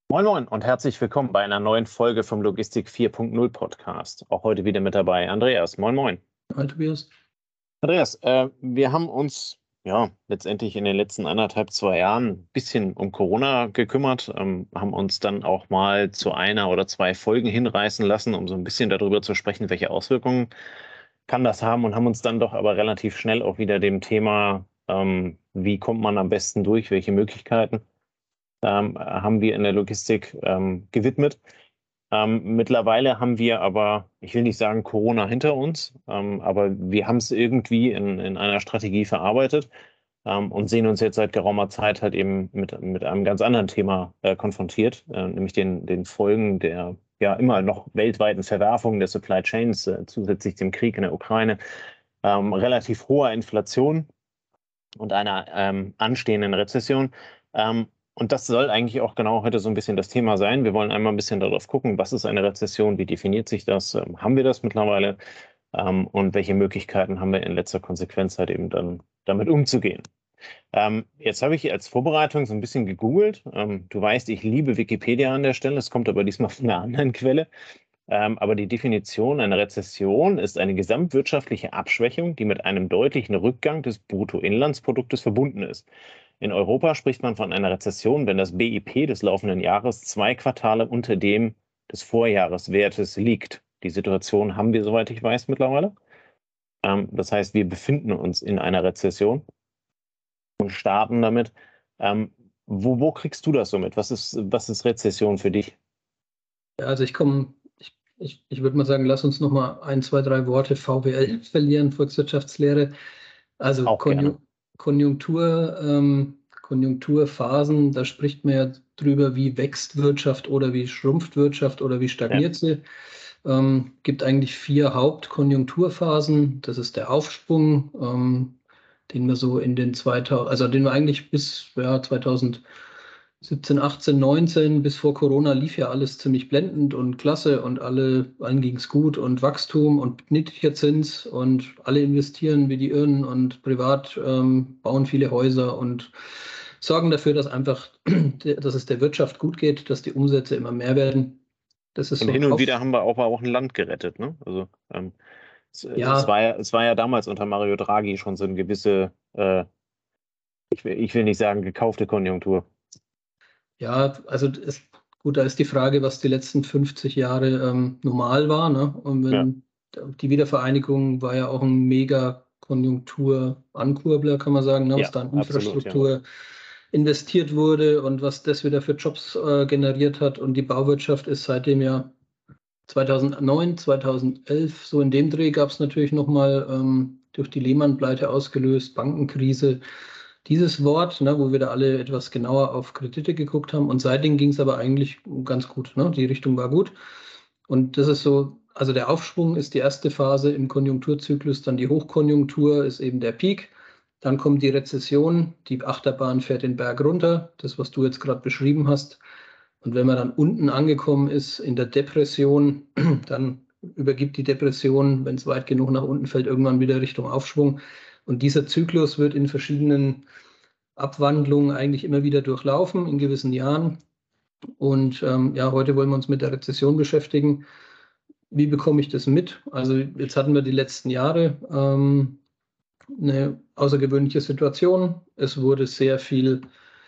Moin Moin und herzlich willkommen bei einer neuen Folge vom Logistik 4.0 Podcast. Auch heute wieder mit dabei Andreas. Moin Moin. Hi Tobias. Andreas, wir haben uns letztendlich in den letzten 2 Jahren ein bisschen um Corona gekümmert, haben uns dann auch mal zu einer oder zwei Folgen hinreißen lassen, um so ein bisschen darüber zu sprechen, welche Auswirkungen kann das haben, und haben uns dann doch aber relativ schnell auch wieder dem Thema, wie kommt man am besten durch, welche Möglichkeiten haben wir in der Logistik gewidmet. Mittlerweile haben wir aber, ich will nicht sagen Corona hinter uns, aber wir haben es irgendwie in einer Strategie verarbeitet, und sehen uns jetzt seit geraumer Zeit halt eben mit einem ganz anderen Thema konfrontiert, nämlich den Folgen der ja immer noch weltweiten Verwerfung der Supply Chains, zusätzlich dem Krieg in der Ukraine, relativ hoher Inflation und einer anstehenden Rezession. Und das soll eigentlich auch genau heute so ein bisschen das Thema sein. Wir wollen einmal ein bisschen darauf gucken, was ist eine Rezession, wie definiert sich das, haben wir das mittlerweile, und welche Möglichkeiten haben wir in letzter Konsequenz halt eben dann damit umzugehen. Jetzt habe ich als Vorbereitung so ein bisschen gegoogelt. Du weißt, ich liebe Wikipedia an der Stelle, es kommt aber diesmal von einer anderen Quelle. Aber die Definition einer Rezession ist eine gesamtwirtschaftliche Abschwächung, die mit einem deutlichen Rückgang des Bruttoinlandsproduktes verbunden ist. In Europa spricht man von einer Rezession, wenn das BIP des laufenden Jahres 2 Quartale unter dem des Vorjahreswertes liegt. Die Situation haben wir, soweit ich weiß, mittlerweile. Das heißt, wir befinden uns in einer Rezession und starten damit. Wo kriegst du das so mit? Was ist Rezession für dich? Ja, also ich würde mal sagen, lass uns noch mal 1, 2, 3 Worte VWL verlieren, Volkswirtschaftslehre. Also Auch gerne. Konjunkturphasen, da spricht man ja drüber, wie wächst Wirtschaft oder wie schrumpft Wirtschaft oder wie stagniert sie. Gibt eigentlich 4 Hauptkonjunkturphasen. Das ist der Aufschwung, den wir so in den 2000, also den wir eigentlich bis 2017, 18, 19, bis vor Corona lief ja alles ziemlich blendend und klasse und allen ging es gut und Wachstum und niedriger Zins und alle investieren wie die Irren und privat bauen viele Häuser und sorgen dafür, dass dass es der Wirtschaft gut geht, dass die Umsätze immer mehr werden. Das ist Und so hin und wieder haben wir auch ein Land gerettet, ne? Also es ja, war ja damals unter Mario Draghi schon so eine gewisse, ich will nicht sagen gekaufte Konjunktur. ja, gut, da ist die Frage, was die letzten 50 Jahre normal war, ne? Und Ja, die Wiedervereinigung war ja auch ein mega Konjunktur-Ankurbler, kann man sagen, ne? Was ja, da in absolut, ja. Infrastruktur investiert wurde und was das wieder für Jobs generiert hat. Und die Bauwirtschaft ist seitdem ja 2009, 2011, so in dem Dreh gab es natürlich nochmal durch die Lehman-Pleite ausgelöst, Bankenkrise, dieses Wort, ne, wo wir da alle etwas genauer auf Kredite geguckt haben. Und seitdem ging es aber eigentlich ganz gut. Ne? Die Richtung war gut. Und das ist so, also der Aufschwung ist die erste Phase im Konjunkturzyklus, dann die Hochkonjunktur ist eben der Peak. Dann kommt die Rezession, die Achterbahn fährt den Berg runter, das, was du jetzt gerade beschrieben hast. Und wenn man dann unten angekommen ist in der Depression, dann übergibt die Depression, wenn es weit genug nach unten fällt, irgendwann wieder Richtung Aufschwung. Und dieser Zyklus wird in verschiedenen Abwandlungen eigentlich immer wieder durchlaufen, in gewissen Jahren. Und heute wollen wir uns mit der Rezession beschäftigen. Wie bekomme ich das mit? Also jetzt hatten wir die letzten Jahre eine außergewöhnliche Situation. Es wurde sehr viel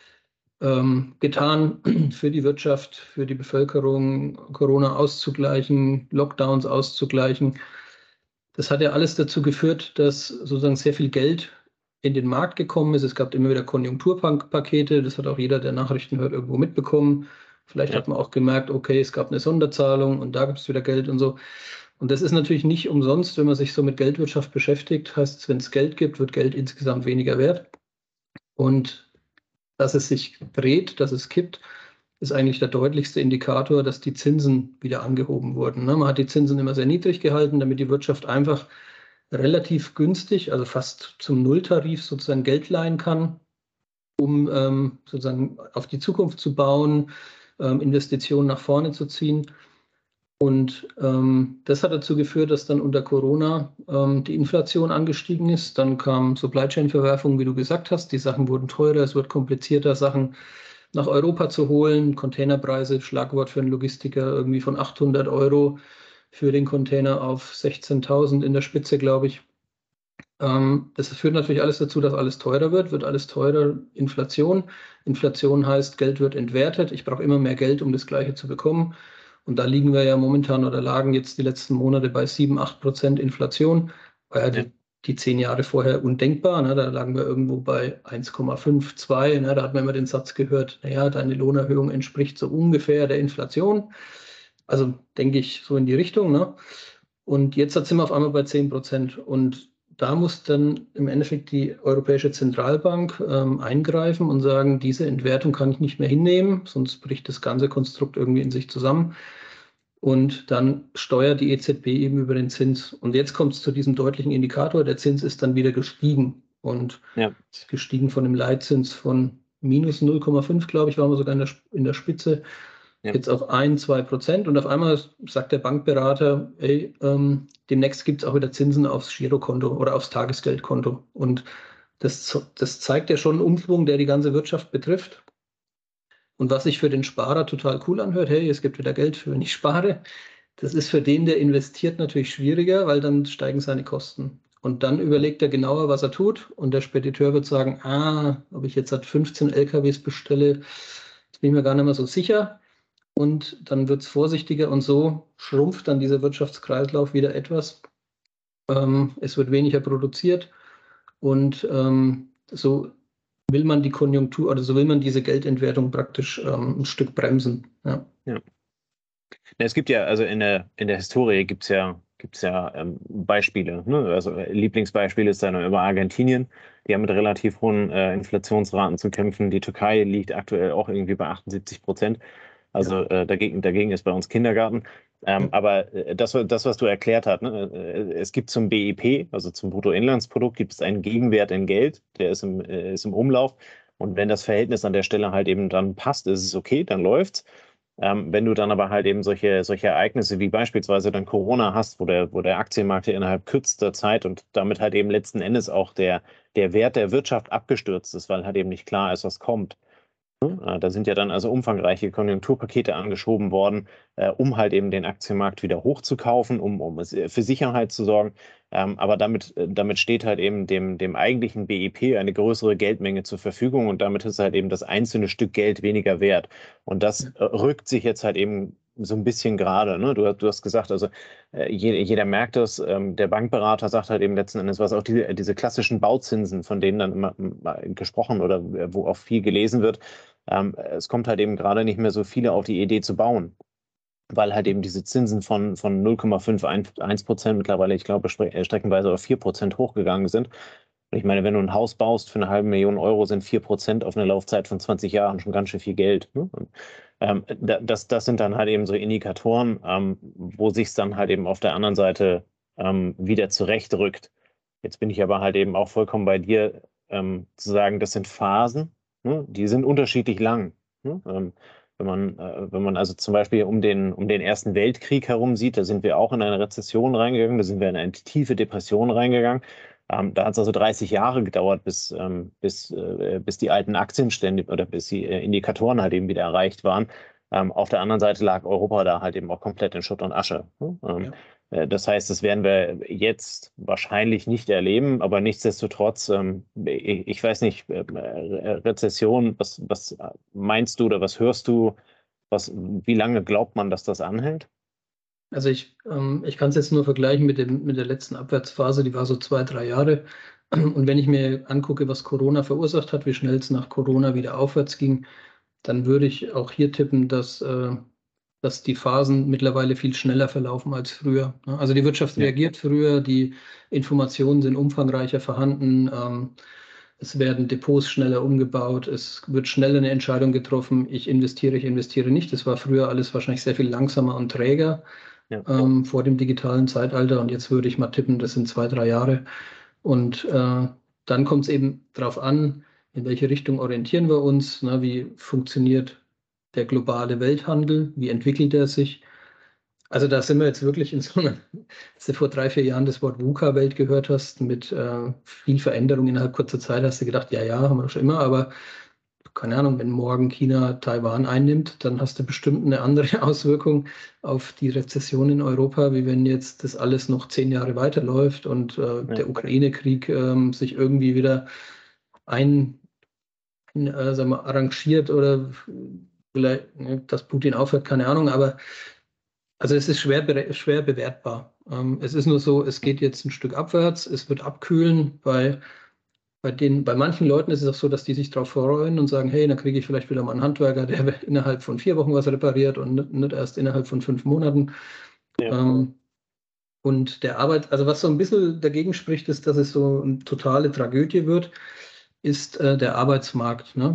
getan für die Wirtschaft, für die Bevölkerung, Corona auszugleichen, Lockdowns auszugleichen. Das hat ja alles dazu geführt, dass sozusagen sehr viel Geld in den Markt gekommen ist. Es gab immer wieder Konjunkturpakete, das hat auch jeder, der Nachrichten hört, irgendwo mitbekommen. Vielleicht hat man auch gemerkt, okay, es gab eine Sonderzahlung und da gibt es wieder Geld und so. Und das ist natürlich nicht umsonst, wenn man sich so mit Geldwirtschaft beschäftigt. Heißt es, wenn es Geld gibt, wird Geld insgesamt weniger wert. Und dass es sich dreht, dass es kippt, ist eigentlich der deutlichste Indikator, dass die Zinsen wieder angehoben wurden. Man hat die Zinsen immer sehr niedrig gehalten, damit die Wirtschaft einfach relativ günstig, also fast zum Nulltarif sozusagen Geld leihen kann, um sozusagen auf die Zukunft zu bauen, Investitionen nach vorne zu ziehen. Und das hat dazu geführt, dass dann unter Corona die Inflation angestiegen ist. Dann kam Supply Chain Verwerfung, wie du gesagt hast. Die Sachen wurden teurer, es wird komplizierter, Sachen nach Europa zu holen. Containerpreise, Schlagwort für einen Logistiker, irgendwie von 800 Euro für den Container auf 16.000 in der Spitze, glaube ich. Das führt natürlich alles dazu, dass alles teurer wird alles teurer. Inflation. Inflation heißt, Geld wird entwertet. Ich brauche immer mehr Geld, um das Gleiche zu bekommen. Und da liegen wir ja momentan oder lagen jetzt die letzten Monate bei 7-8% Inflation. War ja die 10 Jahre vorher undenkbar. Ne? Da lagen wir irgendwo bei 1,5, 2. Ne? Da hat man immer den Satz gehört, naja, deine Lohnerhöhung entspricht so ungefähr der Inflation. Also denke ich so in die Richtung. Ne? Und jetzt sind wir auf einmal bei 10%. Und da muss dann im Endeffekt die Europäische Zentralbank eingreifen und sagen, diese Entwertung kann ich nicht mehr hinnehmen, sonst bricht das ganze Konstrukt irgendwie in sich zusammen. Und dann steuert die EZB eben über den Zins. Und jetzt kommt es zu diesem deutlichen Indikator, der Zins ist dann wieder gestiegen. Und ist gestiegen von dem Leitzins von minus 0,5, glaube ich, waren wir sogar in der Spitze. Jetzt auf 1-2%. Und auf einmal sagt der Bankberater, ey, demnächst gibt es auch wieder Zinsen aufs Girokonto oder aufs Tagesgeldkonto. Und das zeigt ja schon einen Umschwung, der die ganze Wirtschaft betrifft. Und was sich für den Sparer total cool anhört, hey, es gibt wieder Geld, wenn ich spare. Das ist für den, der investiert, natürlich schwieriger, weil dann steigen seine Kosten. Und dann überlegt er genauer, was er tut. Und der Spediteur wird sagen, ob ich jetzt 15 LKWs bestelle, das bin ich mir gar nicht mehr so sicher. Und dann wird es vorsichtiger und so schrumpft dann dieser Wirtschaftskreislauf wieder etwas. Es wird weniger produziert und so will man die Konjunktur oder so will man diese Geldentwertung praktisch ein Stück bremsen. Ja. Es gibt ja, also in der Historie gibt es ja Beispiele. Ne? Also Lieblingsbeispiel ist dann immer Argentinien. Die haben mit relativ hohen Inflationsraten zu kämpfen. Die Türkei liegt aktuell auch irgendwie bei 78%. Also dagegen ist bei uns Kindergarten. Aber das, was du erklärt hast, ne? Es gibt zum BIP, also zum Bruttoinlandsprodukt, gibt es einen Gegenwert in Geld, der ist im Umlauf. Und wenn das Verhältnis an der Stelle halt eben dann passt, ist es okay, dann läuft's. Wenn du dann aber halt eben solche Ereignisse wie beispielsweise dann Corona hast, wo der Aktienmarkt ja innerhalb kürzester Zeit und damit halt eben letzten Endes auch der Wert der Wirtschaft abgestürzt ist, weil halt eben nicht klar ist, was kommt. Da sind ja dann also umfangreiche Konjunkturpakete angeschoben worden, um halt eben den Aktienmarkt wieder hochzukaufen, um für Sicherheit zu sorgen. Aber damit steht halt eben dem eigentlichen BIP eine größere Geldmenge zur Verfügung und damit ist halt eben das einzelne Stück Geld weniger wert. Und das rückt sich jetzt halt eben so ein bisschen gerade. Ne? Du hast gesagt, also jeder merkt das. Der Bankberater sagt halt eben letzten Endes, was auch diese klassischen Bauzinsen, von denen dann immer gesprochen oder wo auch viel gelesen wird. Es kommt halt eben gerade nicht mehr so viele auf die Idee zu bauen, weil halt eben diese Zinsen von 0,51% mittlerweile, ich glaube, streckenweise auf 4% hochgegangen sind. Und ich meine, wenn du ein Haus baust für 500.000 Euro, sind 4% auf eine Laufzeit von 20 Jahren schon ganz schön viel Geld. Ne? Und, das sind dann halt eben so Indikatoren, wo sich es dann halt eben auf der anderen Seite wieder zurechtrückt. Jetzt bin ich aber halt eben auch vollkommen bei dir, zu sagen, das sind Phasen. Ne? Die sind unterschiedlich lang. Ne? Wenn man also zum Beispiel um den Ersten Weltkrieg herum sieht, da sind wir auch in eine Rezession reingegangen, da sind wir in eine tiefe Depression reingegangen. Da hat es also 30 Jahre gedauert, bis die alten Aktienstände oder bis die Indikatoren halt eben wieder erreicht waren. Auf der anderen Seite lag Europa da halt eben auch komplett in Schutt und Asche. Ne? Das heißt, das werden wir jetzt wahrscheinlich nicht erleben, aber nichtsdestotrotz, ich weiß nicht, Rezession, was meinst du oder was hörst du, wie lange glaubt man, dass das anhält? Also ich kann es jetzt nur vergleichen mit der letzten Abwärtsphase, die war so 2-3 Jahre. Und wenn ich mir angucke, was Corona verursacht hat, wie schnell es nach Corona wieder aufwärts ging, dann würde ich auch hier tippen, dass die Phasen mittlerweile viel schneller verlaufen als früher. Also die Wirtschaft reagiert früher, die Informationen sind umfangreicher vorhanden, es werden Depots schneller umgebaut, es wird schneller eine Entscheidung getroffen, ich investiere nicht. Das war früher alles wahrscheinlich sehr viel langsamer und träger vor dem digitalen Zeitalter und jetzt würde ich mal tippen, das sind 2-3 Jahre. Und dann kommt es eben darauf an, in welche Richtung orientieren wir uns, ne? Wie funktioniert der globale Welthandel, wie entwickelt er sich? Also da sind wir jetzt wirklich in so einer, dass du vor 3-4 Jahren das Wort VUCA-Welt gehört hast, mit viel Veränderung innerhalb kurzer Zeit, hast du gedacht, ja, haben wir doch schon immer, aber keine Ahnung, wenn morgen China Taiwan einnimmt, dann hast du bestimmt eine andere Auswirkung auf die Rezession in Europa, wie wenn jetzt das alles noch 10 Jahre weiterläuft und der Ukraine-Krieg sich irgendwie wieder sagen wir, arrangiert oder vielleicht, dass Putin aufhört, keine Ahnung, aber also es ist schwer bewertbar. Es ist nur so, es geht jetzt ein Stück abwärts, es wird abkühlen. Bei manchen Leuten ist es auch so, dass die sich darauf freuen und sagen, hey, dann kriege ich vielleicht wieder mal einen Handwerker, der innerhalb von 4 Wochen was repariert und nicht erst innerhalb von 5 Monaten. Ja. Und also was so ein bisschen dagegen spricht, ist, dass es so eine totale Tragödie wird, ist der Arbeitsmarkt. Ne?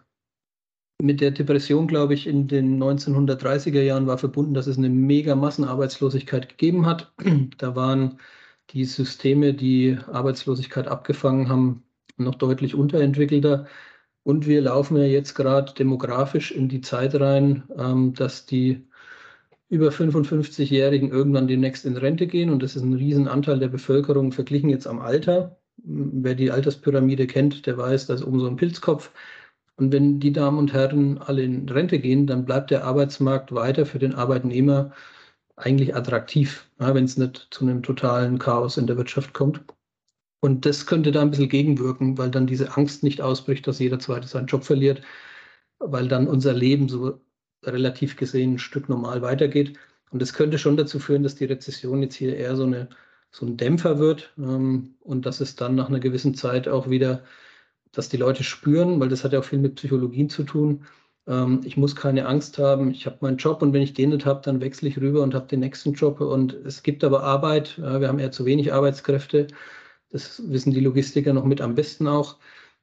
Mit der Depression, glaube ich, in den 1930er Jahren war verbunden, dass es eine mega Massenarbeitslosigkeit gegeben hat. Da waren die Systeme, die Arbeitslosigkeit abgefangen haben, noch deutlich unterentwickelter. Und wir laufen ja jetzt gerade demografisch in die Zeit rein, dass die über 55-Jährigen irgendwann demnächst in Rente gehen. Und das ist ein Riesenanteil der Bevölkerung verglichen jetzt am Alter. Wer die Alterspyramide kennt, der weiß, da ist oben so ein Pilzkopf. Und wenn die Damen und Herren alle in Rente gehen, dann bleibt der Arbeitsmarkt weiter für den Arbeitnehmer eigentlich attraktiv, ja, wenn es nicht zu einem totalen Chaos in der Wirtschaft kommt. Und das könnte da ein bisschen gegenwirken, weil dann diese Angst nicht ausbricht, dass jeder Zweite seinen Job verliert, weil dann unser Leben so relativ gesehen ein Stück normal weitergeht. Und das könnte schon dazu führen, dass die Rezession jetzt hier eher so ein Dämpfer wird und dass es dann nach einer gewissen Zeit auch wieder, dass die Leute spüren, weil das hat ja auch viel mit Psychologien zu tun. Ich muss keine Angst haben, ich habe meinen Job und wenn ich den nicht habe, dann wechsle ich rüber und habe den nächsten Job. Und es gibt aber Arbeit, wir haben eher zu wenig Arbeitskräfte. Das wissen die Logistiker noch mit am besten auch.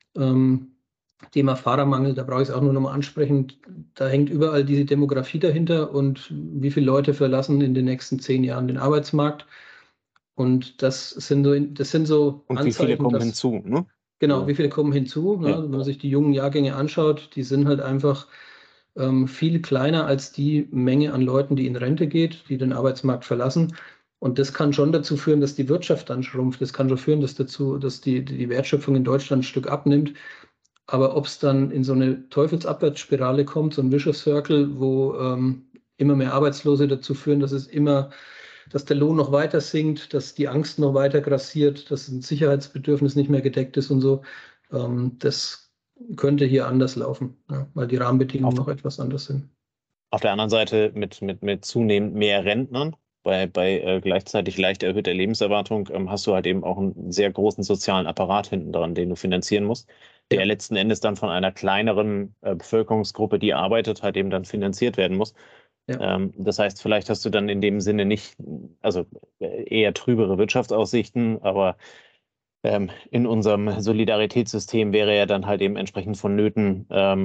Thema Fahrermangel, da brauche ich es auch nur noch mal ansprechen. Da hängt überall diese Demografie dahinter und wie viele Leute verlassen in den nächsten 10 Jahren den Arbeitsmarkt. Und das sind so Und Anzeichen, wie viele kommen hinzu, ne? Genau, wie viele kommen hinzu? Ne? Ja. Wenn man sich die jungen Jahrgänge anschaut, die sind halt einfach viel kleiner als die Menge an Leuten, die in Rente geht, die den Arbeitsmarkt verlassen. Und das kann schon dazu führen, dass die Wirtschaft dann schrumpft. Das kann schon führen, dass die Wertschöpfung in Deutschland ein Stück abnimmt. Aber ob es dann in so eine Teufelsabwärtsspirale kommt, so ein Vicious Circle, wo immer mehr Arbeitslose dazu führen, dass der Lohn noch weiter sinkt, dass die Angst noch weiter grassiert, dass ein Sicherheitsbedürfnis nicht mehr gedeckt ist und so, das könnte hier anders laufen, ja, weil die Rahmenbedingungen noch etwas anders sind. Auf der anderen Seite mit zunehmend mehr Rentnern, bei gleichzeitig leicht erhöhter Lebenserwartung, hast du halt eben auch einen sehr großen sozialen Apparat hinten dran, den du finanzieren musst, der letzten Endes dann von einer kleineren Bevölkerungsgruppe, die arbeitet, halt eben dann finanziert werden muss. Ja. Das heißt, vielleicht hast du dann in dem Sinne nicht, also eher trübere Wirtschaftsaussichten, aber in unserem Solidaritätssystem wäre ja dann halt eben entsprechend vonnöten,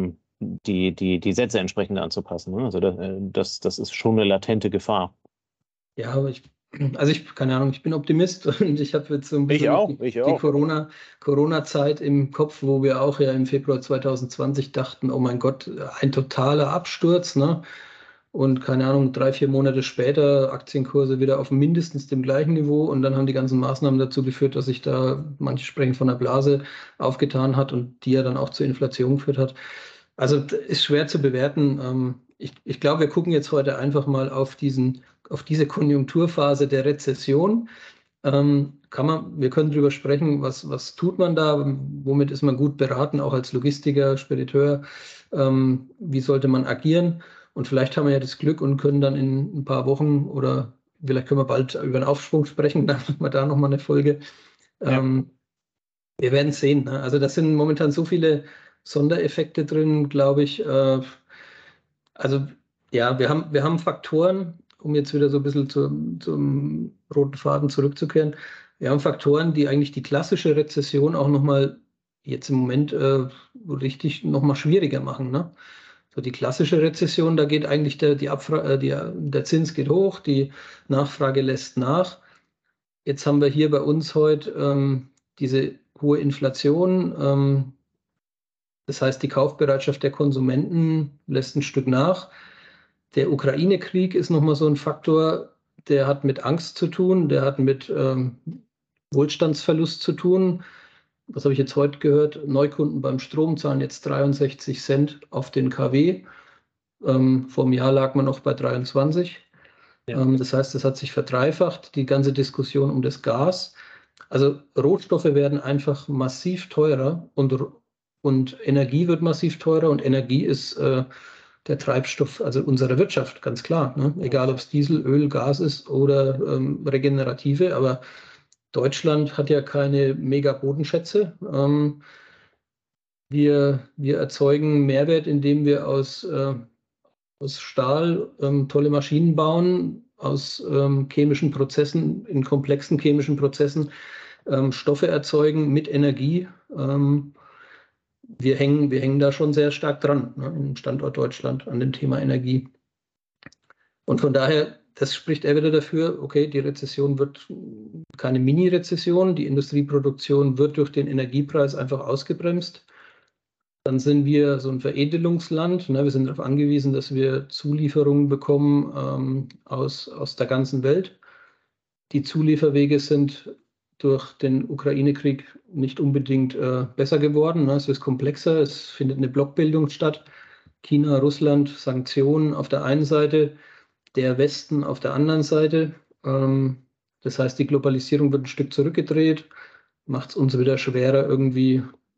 die Sätze entsprechend anzupassen. Ne? Also das ist schon eine latente Gefahr. Ja, aber keine Ahnung, ich bin Optimist und ich habe jetzt so ein Ich bisschen auch, die, ich die auch. Corona-Zeit im Kopf, wo wir auch ja im Februar 2020 dachten, oh mein Gott, ein totaler Absturz, ne? Und keine Ahnung, 3, 4 Monate später Aktienkurse wieder auf mindestens dem gleichen Niveau und dann haben die ganzen Maßnahmen dazu geführt, dass sich da, manche sprechen von einer Blase, aufgetan hat und die ja dann auch zur Inflation geführt hat. Also ist schwer zu bewerten. Ich glaube, wir gucken jetzt heute einfach mal auf diese Konjunkturphase der Rezession. Wir können darüber sprechen, was tut man da, womit ist man gut beraten, auch als Logistiker, Spediteur, wie sollte man agieren? Und vielleicht haben wir ja das Glück und können dann in ein paar Wochen oder vielleicht können wir bald über einen Aufschwung sprechen, dann machen wir da nochmal eine Folge. Ja. Wir werden sehen. Ne? Also das sind momentan so viele Sondereffekte drin, glaube ich. Also ja, wir haben Faktoren, um jetzt wieder so ein bisschen zum roten Faden zurückzukehren. Wir haben Faktoren, die eigentlich die klassische Rezession auch nochmal jetzt im Moment richtig nochmal schwieriger machen. Ne? So die klassische Rezession, da geht eigentlich der Zins geht hoch, die Nachfrage lässt nach. Jetzt haben wir hier bei uns heute diese hohe Inflation. Das heißt, die Kaufbereitschaft der Konsumenten lässt ein Stück nach. Der Ukraine-Krieg ist nochmal so ein Faktor, der hat mit Angst zu tun, der hat mit Wohlstandsverlust zu tun. was habe ich jetzt heute gehört? Neukunden beim Strom zahlen jetzt 63 Cent auf den kW. Vor einem Jahr lag man noch bei 23. Ja. Das heißt, es hat sich verdreifacht, die ganze Diskussion um das Gas. Also Rohstoffe werden einfach massiv teurer und Energie wird massiv teurer und Energie ist der Treibstoff, also unserer Wirtschaft, ganz klar. Ne? Egal ob es Diesel, Öl, Gas ist oder regenerative, aber Deutschland hat ja keine mega Bodenschätze. Wir erzeugen Mehrwert, indem wir aus Stahl tolle Maschinen bauen, aus chemischen Prozessen, in komplexen chemischen Prozessen Stoffe erzeugen mit Energie. Wir hängen da schon sehr stark dran, ne, im Standort Deutschland an dem Thema Energie. Und von daher, das spricht eher wieder dafür, okay, die Rezession wird keine Mini-Rezession, die Industrieproduktion wird durch den Energiepreis einfach ausgebremst. Dann sind wir so ein Veredelungsland. Ne? Wir sind darauf angewiesen, dass wir Zulieferungen bekommen aus der ganzen Welt. Die Zulieferwege sind durch den Ukraine-Krieg nicht unbedingt besser geworden. Ne? Es ist komplexer, es findet eine Blockbildung statt. China, Russland, Sanktionen auf der einen Seite, der Westen auf der anderen Seite. Das heißt, die Globalisierung wird ein Stück zurückgedreht, macht es uns wieder schwerer, irgendwie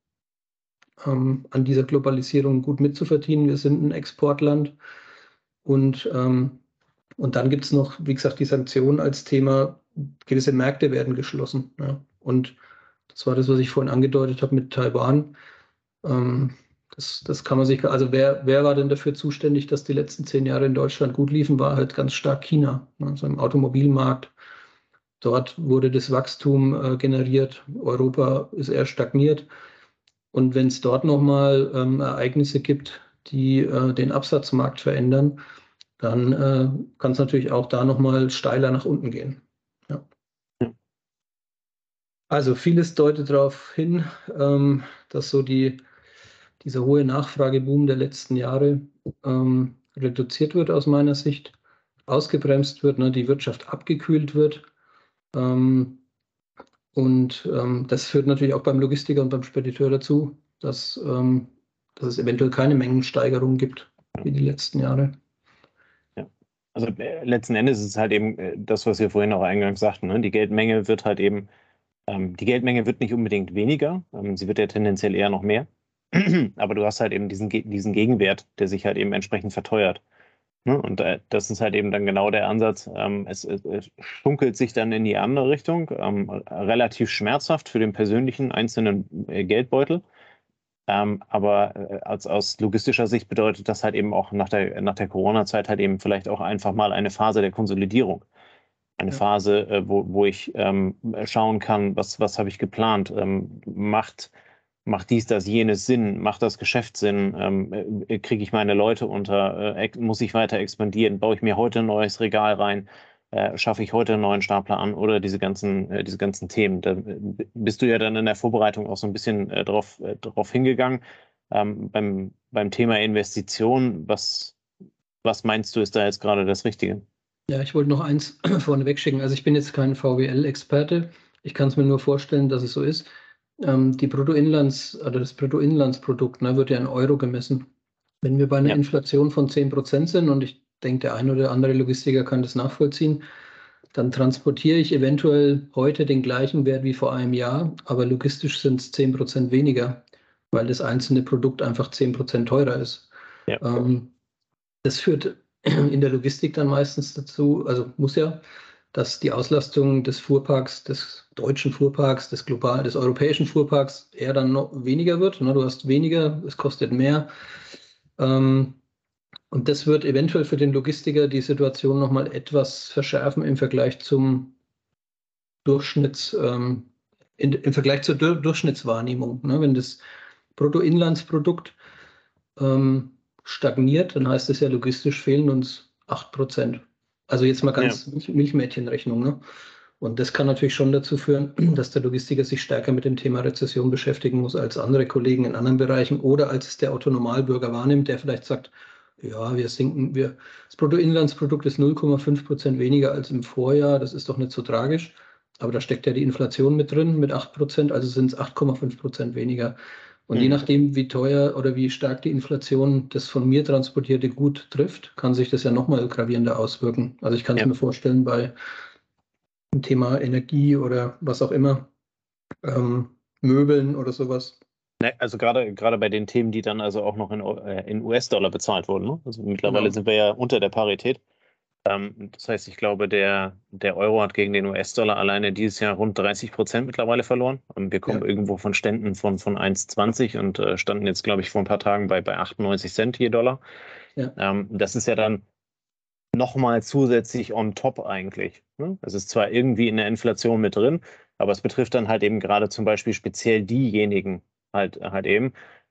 an dieser Globalisierung gut mitzuverdienen. Wir sind ein Exportland und dann gibt es noch, wie gesagt, die Sanktionen als Thema. Gewisse Märkte werden geschlossen. Ja. Und das war das, was ich vorhin angedeutet habe mit Taiwan. Das kann man sich, also wer war denn dafür zuständig, dass die letzten 10 Jahre in Deutschland gut liefen, war halt ganz stark China, also im Automobilmarkt. Dort wurde das Wachstum generiert. Europa ist eher stagniert. Und wenn es dort nochmal Ereignisse gibt, die den Absatzmarkt verändern, dann kann es natürlich auch da nochmal steiler nach unten gehen. Ja. Also vieles deutet darauf hin, dass so dieser hohe Nachfrageboom der letzten Jahre reduziert wird aus meiner Sicht, ausgebremst wird, ne, die Wirtschaft abgekühlt wird. Das führt natürlich auch beim Logistiker und beim Spediteur dazu, dass es eventuell keine Mengensteigerung gibt wie die letzten Jahre. Ja. Also letzten Endes ist es halt eben das, was wir vorhin auch eingangs sagten. Ne? Die Geldmenge wird halt eben, die Geldmenge wird nicht unbedingt weniger, sie wird ja tendenziell eher noch mehr. Aber du hast halt eben diesen Gegenwert, der sich halt eben entsprechend verteuert. Ne? Und das ist halt eben dann genau der Ansatz. Es schunkelt sich dann in die andere Richtung, relativ schmerzhaft für den persönlichen einzelnen Geldbeutel. Aber aus logistischer Sicht bedeutet das halt eben auch nach der Corona-Zeit halt eben vielleicht auch einfach mal eine Phase der Konsolidierung. Eine Phase, wo ich schauen kann, was habe ich geplant, macht dies, das, jenes Sinn, macht das Geschäft Sinn, kriege ich meine Leute unter, muss ich weiter expandieren, baue ich mir heute ein neues Regal rein, schaffe ich heute einen neuen Stapler an oder diese ganzen Themen. Da bist du ja dann in der Vorbereitung auch so ein bisschen drauf hingegangen. Beim Thema Investition, was meinst du, ist da jetzt gerade das Richtige? Ja, ich wollte noch eins vorneweg schicken. Also ich bin jetzt kein VWL-Experte. Ich kann es mir nur vorstellen, dass es so ist. Das Bruttoinlandsprodukt, ne, wird ja in Euro gemessen. Wenn wir bei einer Inflation von 10% sind, und ich denke, der ein oder andere Logistiker kann das nachvollziehen, dann transportiere ich eventuell heute den gleichen Wert wie vor einem Jahr, aber logistisch sind es 10% weniger, weil das einzelne Produkt einfach 10% teurer ist. Ja. Das führt in der Logistik dann meistens dazu, also muss ja, dass die Auslastung des Fuhrparks, des deutschen Fuhrparks, des europäischen Fuhrparks eher dann noch weniger wird. Du hast weniger, es kostet mehr. Und das wird eventuell für den Logistiker die Situation nochmal etwas verschärfen im Vergleich zum im Vergleich zur Durchschnittswahrnehmung. Wenn das Bruttoinlandsprodukt stagniert, dann heißt es ja, logistisch fehlen uns 8%. Also jetzt mal ganz Milchmädchenrechnung. Ne? Und das kann natürlich schon dazu führen, dass der Logistiker sich stärker mit dem Thema Rezession beschäftigen muss als andere Kollegen in anderen Bereichen oder als es der Otto-Normalbürger wahrnimmt, der vielleicht sagt, ja, das Bruttoinlandsprodukt ist 0,5% weniger als im Vorjahr, das ist doch nicht so tragisch. aber da steckt ja die Inflation mit drin, mit 8%, also sind es 8,5% weniger. Und je nachdem, wie teuer oder wie stark die Inflation das von mir transportierte Gut trifft, kann sich das ja nochmal gravierender auswirken. Also ich kann es Ja. mir vorstellen bei dem Thema Energie oder was auch immer, Möbeln oder sowas. Ne, also gerade bei den Themen, die dann also auch noch in US-Dollar bezahlt wurden. Ne? Also mittlerweile Genau. sind wir ja unter der Parität. Das heißt, ich glaube, der Euro hat gegen den US-Dollar alleine dieses Jahr rund 30% mittlerweile verloren. Wir kommen Ja, irgendwo von Ständen von 1,20 und standen jetzt, glaube ich, vor ein paar Tagen bei 98 Cent je Dollar. ja, Das ist ja dann nochmal zusätzlich on top eigentlich. Ne? Es ist zwar irgendwie in der Inflation mit drin, aber es betrifft dann halt eben gerade zum Beispiel speziell diejenigen halt eben.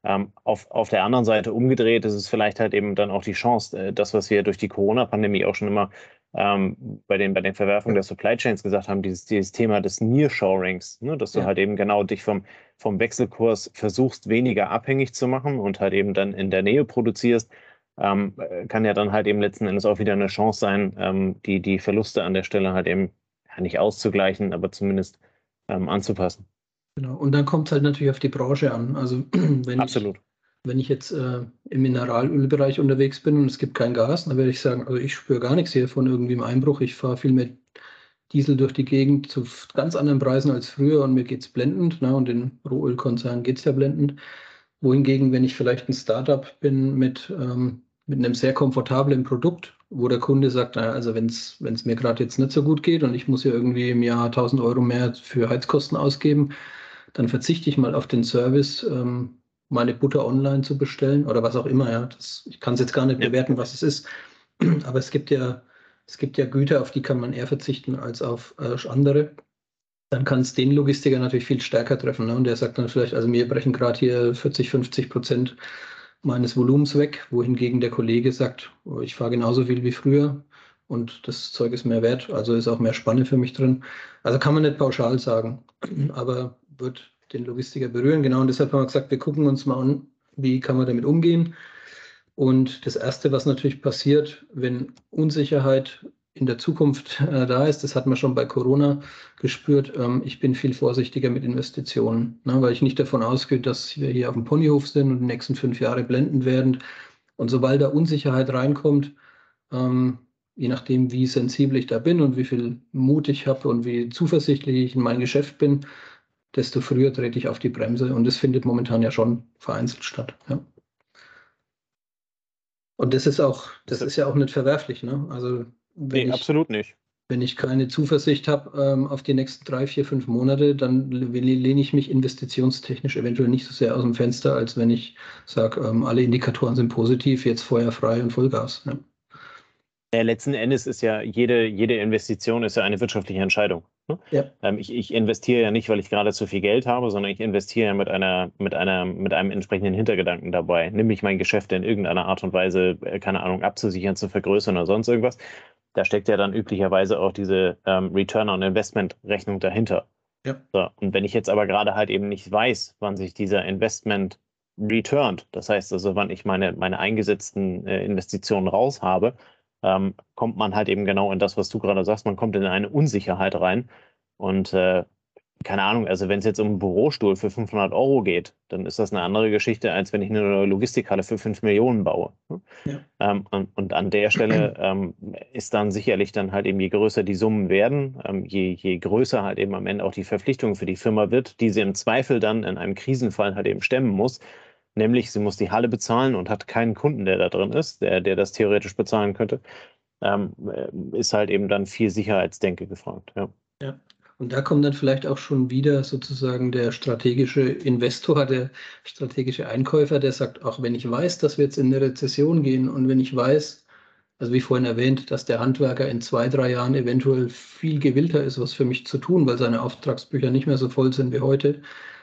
Auf der anderen Seite umgedreht ist es vielleicht halt eben dann auch die Chance, das, was wir durch die Corona-Pandemie auch schon immer bei den Verwerfungen der Supply Chains gesagt haben, dieses Thema des Nearshorings, ne? Dass du ja. halt eben genau dich vom Wechselkurs versuchst, weniger abhängig zu machen und halt eben dann in der Nähe produzierst, kann ja dann halt eben letzten Endes auch wieder eine Chance sein, die Verluste an der Stelle halt eben ja, nicht auszugleichen, aber zumindest anzupassen. Genau. Und dann kommt es halt natürlich auf die Branche an. Also Absolut. wenn ich jetzt im Mineralölbereich unterwegs bin und es gibt kein Gas, dann werde ich sagen, also ich spüre gar nichts hier von irgendwie im Einbruch. Ich fahre viel mehr Diesel durch die Gegend zu ganz anderen Preisen als früher und mir geht es blendend. Ne? Und den Rohölkonzernen geht es ja blendend. Wohingegen, wenn ich vielleicht ein Startup bin mit einem sehr komfortablen Produkt, wo der Kunde sagt, naja, also wenn es mir gerade jetzt nicht so gut geht und ich muss ja irgendwie im Jahr 1.000 € mehr für Heizkosten ausgeben, dann verzichte ich mal auf den Service, meine Butter online zu bestellen oder was auch immer. Ja. Ich kann es jetzt gar nicht Ja, bewerten, was es ist. Aber es gibt ja Güter, auf die kann man eher verzichten als auf andere. Dann kann es den Logistiker natürlich viel stärker treffen. Ne? Und der sagt dann vielleicht, also mir brechen gerade hier 40, 50% meines Volumens weg, wohingegen der Kollege sagt, oh, ich fahre genauso viel wie früher und das Zeug ist mehr wert, also ist auch mehr Spanne für mich drin. Also kann man nicht pauschal sagen, aber wird den Logistiker berühren. Genau, und deshalb haben wir gesagt, wir gucken uns mal an, wie kann man damit umgehen. Und das Erste, was natürlich passiert, wenn Unsicherheit in der Zukunft da ist, das hat man schon bei Corona gespürt, ich bin viel vorsichtiger mit Investitionen, ne, weil ich nicht davon ausgehe, dass wir hier auf dem Ponyhof sind und die nächsten 5 Jahre blendend werden. Und sobald da Unsicherheit reinkommt, ähm, je nachdem, wie sensibel ich da bin und wie viel Mut ich habe und wie zuversichtlich ich in mein Geschäft bin, desto früher trete ich auf die Bremse. Und das findet momentan ja schon vereinzelt statt. Ja. Und das ist ja auch nicht verwerflich, ne? Also nee, absolut nicht. wenn ich keine Zuversicht habe auf die nächsten 3, 4, 5 Monate, dann lehne ich mich investitionstechnisch eventuell nicht so sehr aus dem Fenster, als wenn ich sage, alle Indikatoren sind positiv, jetzt Feuer frei und Vollgas. Ja. Ja, letzten Endes ist ja jede Investition ist ja eine wirtschaftliche Entscheidung. Ne? Ja, Ich investiere ja nicht, weil ich gerade zu viel Geld habe, sondern ich investiere ja mit einem entsprechenden Hintergedanken dabei, nämlich mein Geschäft in irgendeiner Art und Weise, keine Ahnung, abzusichern, zu vergrößern oder sonst irgendwas. Da steckt ja dann üblicherweise auch diese Return on Investment Rechnung dahinter. ja, So, und wenn ich jetzt aber gerade halt eben nicht weiß, wann sich dieser Investment returnt, das heißt also, wann ich meine eingesetzten Investitionen raus habe, kommt man halt eben genau in das, was du gerade sagst, man kommt in eine Unsicherheit rein. Und keine Ahnung, also wenn es jetzt um einen Bürostuhl für 500 € geht, dann ist das eine andere Geschichte, als wenn ich eine Logistikhalle für 5 Millionen baue. Ne? ja, Und an der Stelle ist dann sicherlich dann halt eben, je größer die Summen werden, je größer halt eben am Ende auch die Verpflichtung für die Firma wird, die sie im Zweifel dann in einem Krisenfall halt eben stemmen muss. Nämlich, sie muss die Halle bezahlen und hat keinen Kunden, der da drin ist, der das theoretisch bezahlen könnte, ist halt eben dann viel Sicherheitsdenke gefragt. Ja. ja. Und da kommt dann vielleicht auch schon wieder sozusagen der strategische Investor, der strategische Einkäufer, der sagt, auch wenn ich weiß, dass wir jetzt in eine Rezession gehen und wenn ich weiß, also wie vorhin erwähnt, dass der Handwerker in 2, 3 Jahren eventuell viel gewillter ist, was für mich zu tun, weil seine Auftragsbücher nicht mehr so voll sind wie heute,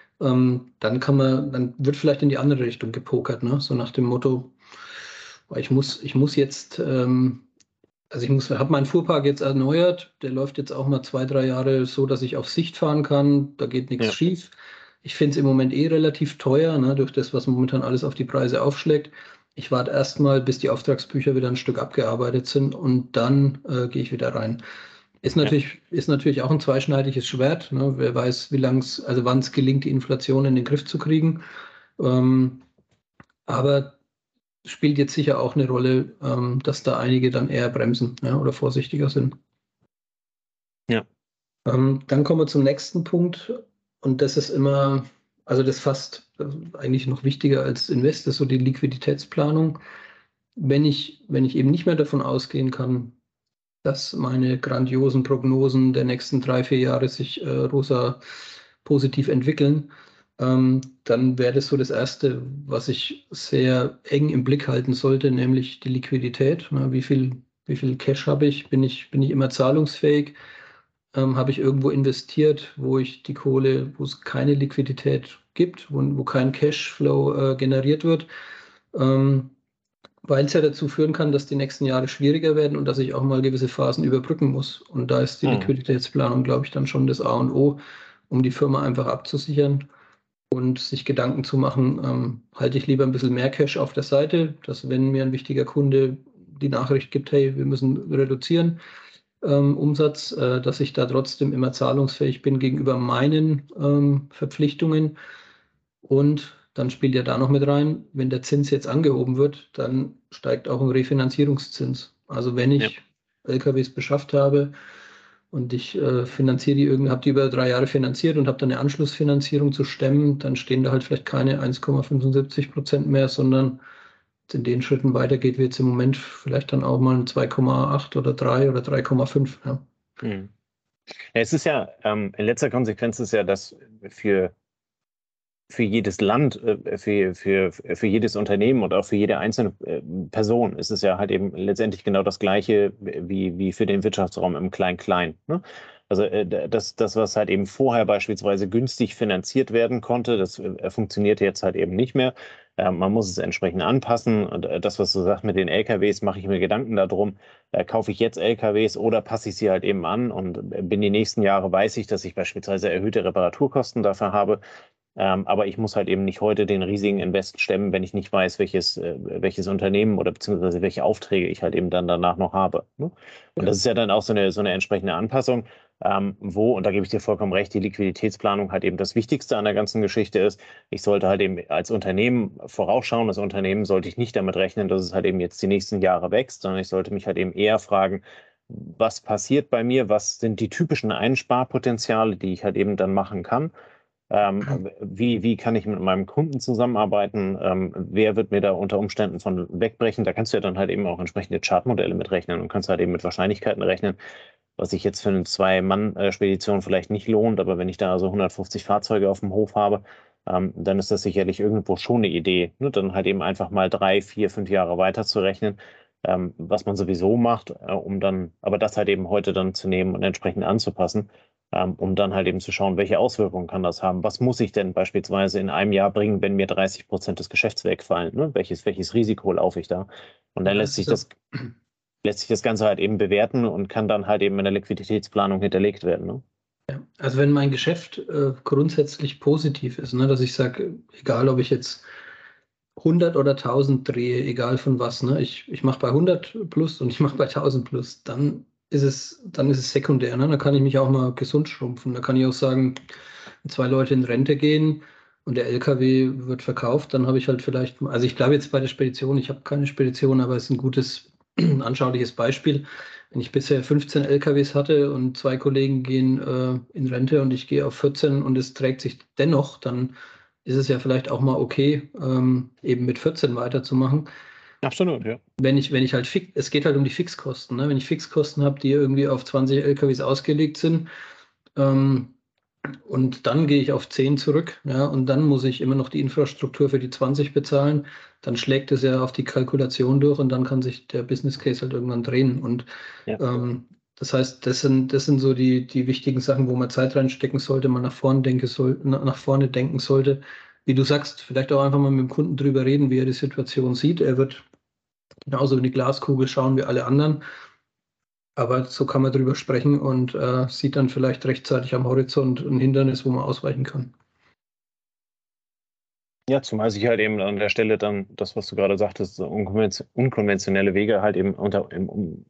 dann wird vielleicht in die andere Richtung gepokert, ne? So nach dem Motto, ich muss jetzt, also habe meinen Fuhrpark jetzt erneuert, der läuft jetzt auch mal 2, 3 Jahre so, dass ich auf Sicht fahren kann, da geht nichts Ja. schief. Ich finde es im Moment relativ teuer, ne, durch das, was momentan alles auf die Preise aufschlägt. Ich warte erstmal, bis die Auftragsbücher wieder ein Stück abgearbeitet sind und dann gehe ich wieder rein. Ist natürlich auch ein zweischneidiges Schwert. Ne? Wer weiß, wann es gelingt, die Inflation in den Griff zu kriegen. Aber spielt jetzt sicher auch eine Rolle, dass da einige dann eher bremsen, ja, oder vorsichtiger sind. Ja. Dann kommen wir zum nächsten Punkt. Und das ist immer, also das fast eigentlich noch wichtiger als Invest, ist so die Liquiditätsplanung. Wenn ich eben nicht mehr davon ausgehen kann, dass meine grandiosen Prognosen der nächsten 3, 4 Jahre sich rosa positiv entwickeln, dann wäre das so das Erste, was ich sehr eng im Blick halten sollte, nämlich die Liquidität. Wie viel Cash habe ich? Bin ich immer zahlungsfähig? Habe ich irgendwo investiert, wo ich die Kohle, wo es keine Liquidität gibt, wo kein Cashflow generiert wird? Weil es ja dazu führen kann, dass die nächsten Jahre schwieriger werden und dass ich auch mal gewisse Phasen überbrücken muss. Und da ist die Liquiditätsplanung, glaube ich, dann schon das A und O, um die Firma einfach abzusichern und sich Gedanken zu machen, halte ich lieber ein bisschen mehr Cash auf der Seite, dass wenn mir ein wichtiger Kunde die Nachricht gibt, hey, wir müssen reduzieren, Umsatz, dass ich da trotzdem immer zahlungsfähig bin gegenüber meinen Verpflichtungen. Und dann spielt ja da noch mit rein, wenn der Zins jetzt angehoben wird, dann steigt auch ein Refinanzierungszins. Also wenn ich LKWs beschafft habe und ich finanziere habe die über 3 Jahre finanziert und habe dann eine Anschlussfinanzierung zu stemmen, dann stehen da halt vielleicht keine 1,75% mehr, sondern in den Schritten weitergeht, wie jetzt im Moment vielleicht dann auch mal ein 2,8 oder 3 oder 3,5. Ja. Ja, es ist ja, in letzter Konsequenz ist ja das für jedes Land, für jedes Unternehmen und auch für jede einzelne Person ist es ja halt eben letztendlich genau das Gleiche wie für den Wirtschaftsraum im Klein-Klein. Ne? Also das, was halt eben vorher beispielsweise günstig finanziert werden konnte, das funktioniert jetzt halt eben nicht mehr. Man muss es entsprechend anpassen. Und das, was du sagst mit den LKWs, mache ich mir Gedanken darum, kaufe ich jetzt LKWs oder passe ich sie halt eben an und bin die nächsten Jahre, weiß ich, dass ich beispielsweise erhöhte Reparaturkosten dafür habe. Aber ich muss halt eben nicht heute den riesigen Invest stemmen, wenn ich nicht weiß, welches Unternehmen oder beziehungsweise welche Aufträge ich halt eben dann danach noch habe. Ne? Und das ist ja dann auch so eine entsprechende Anpassung, und da gebe ich dir vollkommen recht, die Liquiditätsplanung halt eben das Wichtigste an der ganzen Geschichte ist. Ich sollte halt eben als Unternehmen vorausschauen. Das Unternehmen sollte ich nicht damit rechnen, dass es halt eben jetzt die nächsten Jahre wächst, sondern ich sollte mich halt eben eher fragen, was passiert bei mir? Was sind die typischen Einsparpotenziale, die ich halt eben dann machen kann? Wie kann ich mit meinem Kunden zusammenarbeiten? Wer wird mir da unter Umständen von wegbrechen? Da kannst du ja dann halt eben auch entsprechende Chartmodelle mitrechnen und kannst halt eben mit Wahrscheinlichkeiten rechnen, was sich jetzt für eine Zwei-Mann-Spedition vielleicht nicht lohnt. Aber wenn ich da so 150 Fahrzeuge auf dem Hof habe, dann ist das sicherlich irgendwo schon eine Idee, ne? Dann halt eben einfach mal 3, 4, 5 Jahre weiter zu rechnen, was man sowieso macht, aber das halt eben heute dann zu nehmen und entsprechend anzupassen, um dann halt eben zu schauen, welche Auswirkungen kann das haben. Was muss ich denn beispielsweise in einem Jahr bringen, wenn mir 30% des Geschäfts wegfallen? Ne? Welches Risiko laufe ich da? Und dann lässt sich das Ganze halt eben bewerten und kann dann halt eben in der Liquiditätsplanung hinterlegt werden. Ne? Ja. Also wenn mein Geschäft grundsätzlich positiv ist, ne, dass ich sage, egal ob ich jetzt 100 oder 1000 drehe, egal von was, ne, ich mache bei 100 plus und ich mache bei 1000 plus, dann ist es sekundär. Ne? Da kann ich mich auch mal gesund schrumpfen. Da kann ich auch sagen, wenn 2 Leute in Rente gehen und der LKW wird verkauft, dann habe ich halt vielleicht, also ich bleibe jetzt bei der Spedition, ich habe keine Spedition, aber es ist ein gutes, anschauliches Beispiel. Wenn ich bisher 15 LKWs hatte und 2 Kollegen gehen in Rente und ich gehe auf 14 und es trägt sich dennoch, dann ist es ja vielleicht auch mal okay, eben mit 14 weiterzumachen. Absolut, ja. Wenn ich halt es geht halt um die Fixkosten. Ne? Wenn ich Fixkosten habe, die irgendwie auf 20 LKWs ausgelegt sind, und dann gehe ich auf 10 zurück, ja, und dann muss ich immer noch die Infrastruktur für die 20 bezahlen, dann schlägt es ja auf die Kalkulation durch und dann kann sich der Business Case halt irgendwann drehen. Und Ja. das heißt, das sind so die wichtigen Sachen, wo man Zeit reinstecken sollte, man nach vorne denken sollte. Wie du sagst, vielleicht auch einfach mal mit dem Kunden drüber reden, wie er die Situation sieht. Er wird genauso in die Glaskugel schauen wie alle anderen. Aber so kann man drüber sprechen und sieht dann vielleicht rechtzeitig am Horizont ein Hindernis, wo man ausweichen kann. Ja, zumal sich halt eben an der Stelle dann das, was du gerade sagtest, so unkonventionelle Wege halt eben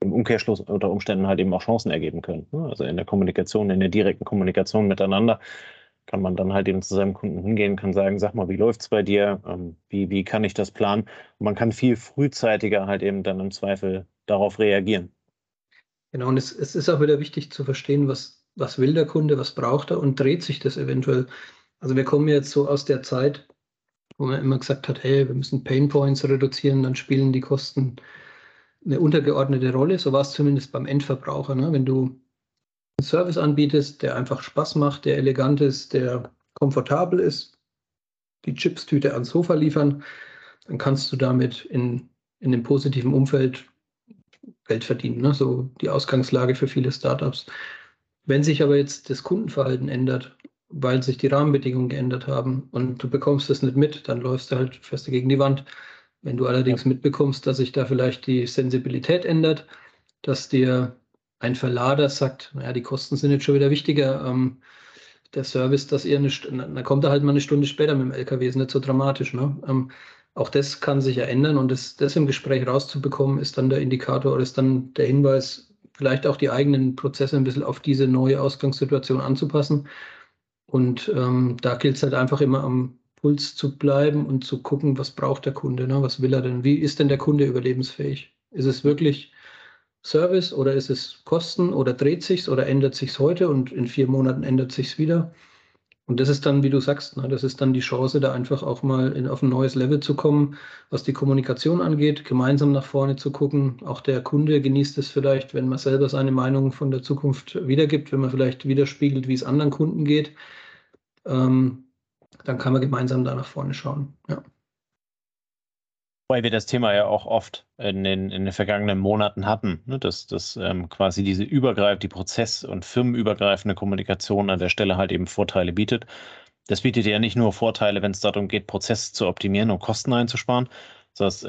im Umkehrschluss unter Umständen halt eben auch Chancen ergeben können. Ne? Also in der Kommunikation, in der direkten Kommunikation miteinander kann man dann halt eben zu seinem Kunden hingehen, kann sagen, sag mal, wie läuft's bei dir? Wie kann ich das planen? Und man kann viel frühzeitiger halt eben dann im Zweifel darauf reagieren. Genau, und es ist auch wieder wichtig zu verstehen, was will der Kunde, was braucht er und dreht sich das eventuell. Also wir kommen jetzt so aus der Zeit, wo man immer gesagt hat, hey, wir müssen Pain Points reduzieren, dann spielen die Kosten eine untergeordnete Rolle. So war es zumindest beim Endverbraucher. Ne? Wenn du einen Service anbietest, der einfach Spaß macht, der elegant ist, der komfortabel ist, die Chipstüte ans Sofa liefern, dann kannst du damit in dem positiven Umfeld Geld verdienen. Ne? So die Ausgangslage für viele Startups. Wenn sich aber jetzt das Kundenverhalten ändert, weil sich die Rahmenbedingungen geändert haben und du bekommst das nicht mit, dann läufst du halt fest gegen die Wand. Wenn du Ja. allerdings mitbekommst, dass sich da vielleicht die Sensibilität ändert, dass dir ein Verlader sagt, naja, die Kosten sind jetzt schon wieder wichtiger, der Service, dass ihr dann kommt er halt mal eine Stunde später mit dem LKW, ist nicht so dramatisch. Ne? Auch das kann sich ja ändern und das im Gespräch rauszubekommen, ist dann der Indikator oder ist dann der Hinweis, vielleicht auch die eigenen Prozesse ein bisschen auf diese neue Ausgangssituation anzupassen. Und da gilt es halt einfach immer am Puls zu bleiben und zu gucken, was braucht der Kunde, ne? Was will er denn? Wie ist denn der Kunde überlebensfähig? Ist es wirklich Service oder ist es Kosten oder dreht sich's oder ändert sich's heute und in 4 Monaten ändert sich's wieder? Und das ist dann, wie du sagst, ne, das ist dann die Chance, da einfach auch mal auf ein neues Level zu kommen, was die Kommunikation angeht, gemeinsam nach vorne zu gucken. Auch der Kunde genießt es vielleicht, wenn man selber seine Meinung von der Zukunft wiedergibt, wenn man vielleicht widerspiegelt, wie es anderen Kunden geht. Ähm, Dann kann man gemeinsam da nach vorne schauen. Ja. Weil wir das Thema ja auch oft in den vergangenen Monaten hatten, ne? Dass quasi die prozess- und firmenübergreifende Kommunikation an der Stelle halt eben Vorteile bietet. Das bietet ja nicht nur Vorteile, wenn es darum geht, Prozesse zu optimieren und Kosten einzusparen, sondern es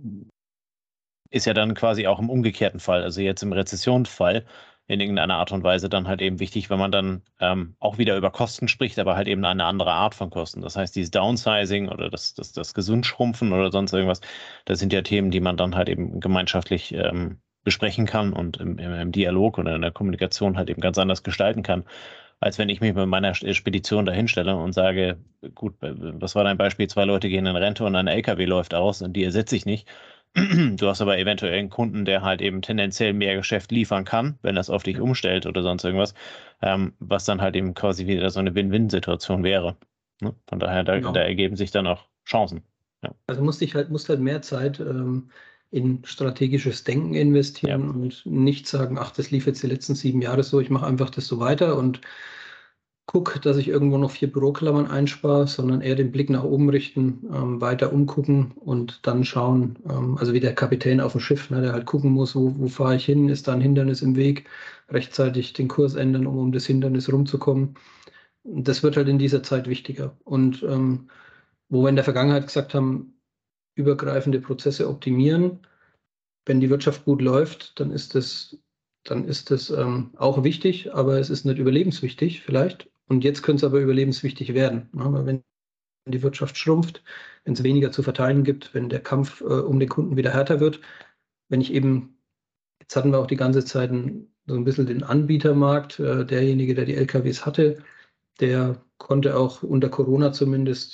ist ja dann quasi auch im umgekehrten Fall, also jetzt im Rezessionsfall, in irgendeiner Art und Weise dann halt eben wichtig, wenn man dann auch wieder über Kosten spricht, aber halt eben eine andere Art von Kosten. Das heißt, dieses Downsizing oder das Gesundschrumpfen oder sonst irgendwas, das sind ja Themen, die man dann halt eben gemeinschaftlich besprechen kann und im Dialog oder in der Kommunikation halt eben ganz anders gestalten kann, als wenn ich mich mit meiner Spedition dahinstelle und sage, gut, was war dein Beispiel? 2 Leute gehen in Rente und ein LKW läuft aus und die ersetze ich nicht. Du hast aber eventuell einen Kunden, der halt eben tendenziell mehr Geschäft liefern kann, wenn das auf dich umstellt oder sonst irgendwas, was dann halt eben quasi wieder so eine Win-Win-Situation wäre. Ne? Von daher, da Genau. ergeben sich dann auch Chancen. Ja. Also musst halt mehr Zeit in strategisches Denken Ja. investieren und nicht sagen, ach, das lief jetzt die letzten 7 Jahre so, ich mache einfach das so weiter und guck, dass ich irgendwo noch 4 Büroklammern einspare, sondern eher den Blick nach oben richten, weiter umgucken und dann schauen, also wie der Kapitän auf dem Schiff, ne, der halt gucken muss, wo fahre ich hin, ist da ein Hindernis im Weg, rechtzeitig den Kurs ändern, um das Hindernis rumzukommen. Das wird halt in dieser Zeit wichtiger. Und wo wir in der Vergangenheit gesagt haben, übergreifende Prozesse optimieren, wenn die Wirtschaft gut läuft, dann ist das auch wichtig, aber es ist nicht überlebenswichtig vielleicht. Und jetzt könnte es aber überlebenswichtig werden. Ne? Weil wenn die Wirtschaft schrumpft, wenn es weniger zu verteilen gibt, wenn der Kampf um den Kunden wieder härter wird, wenn ich eben, jetzt hatten wir auch die ganze Zeit so ein bisschen den Anbietermarkt, derjenige, der die LKWs hatte, der konnte auch unter Corona zumindest,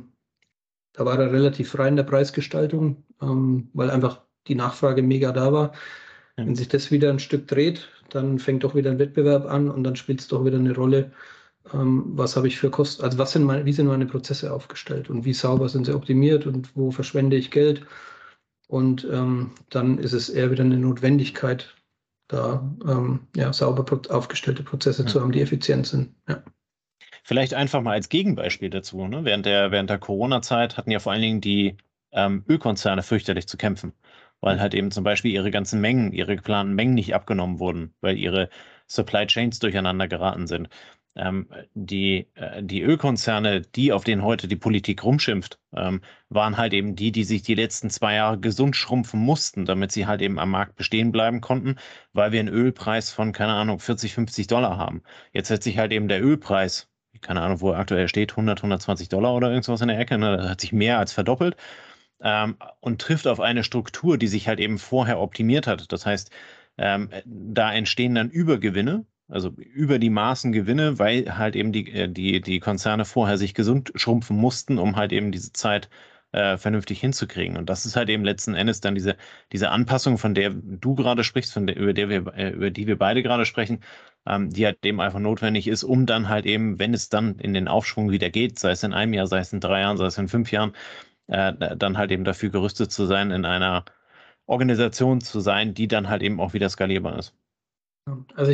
da war er relativ frei in der Preisgestaltung, weil einfach die Nachfrage mega da war. Ja. Wenn sich das wieder ein Stück dreht, dann fängt doch wieder ein Wettbewerb an und dann spielt es doch wieder eine Rolle, was habe ich für Kosten, also wie sind meine Prozesse aufgestellt und wie sauber sind sie optimiert und wo verschwende ich Geld. Und dann ist es eher wieder eine Notwendigkeit, da ja, sauber aufgestellte Prozesse zu haben, die effizient sind. Ja. Vielleicht einfach mal als Gegenbeispiel dazu. Ne? Während der Corona-Zeit hatten ja vor allen Dingen die Ölkonzerne fürchterlich zu kämpfen, weil halt eben zum Beispiel ihre ganzen Mengen, ihre geplanten Mengen nicht abgenommen wurden, weil ihre Supply Chains durcheinander geraten sind. Die Ölkonzerne, auf denen heute die Politik rumschimpft, waren halt eben die sich die letzten 2 Jahre gesund schrumpfen mussten, damit sie halt eben am Markt bestehen bleiben konnten, weil wir einen Ölpreis von, keine Ahnung, 40, $50 haben. Jetzt hat sich halt eben der Ölpreis, keine Ahnung, wo er aktuell steht, 100, $120 oder irgendwas in der Ecke, ne? Das hat sich mehr als verdoppelt, und trifft auf eine Struktur, die sich halt eben vorher optimiert hat. Das heißt, Da entstehen dann Übergewinne, also über die Maßen Gewinne, weil halt eben die Konzerne vorher sich gesund schrumpfen mussten, um halt eben diese Zeit vernünftig hinzukriegen. Und das ist halt eben letzten Endes dann diese Anpassung, von der du gerade sprichst, über die wir beide gerade sprechen, die halt eben einfach notwendig ist, um dann halt eben, wenn es dann in den Aufschwung wieder geht, sei es in einem Jahr, sei es in 3 Jahren, sei es in 5 Jahren, dann halt eben dafür gerüstet zu sein, in einer Organisation zu sein, die dann halt eben auch wieder skalierbar ist. Also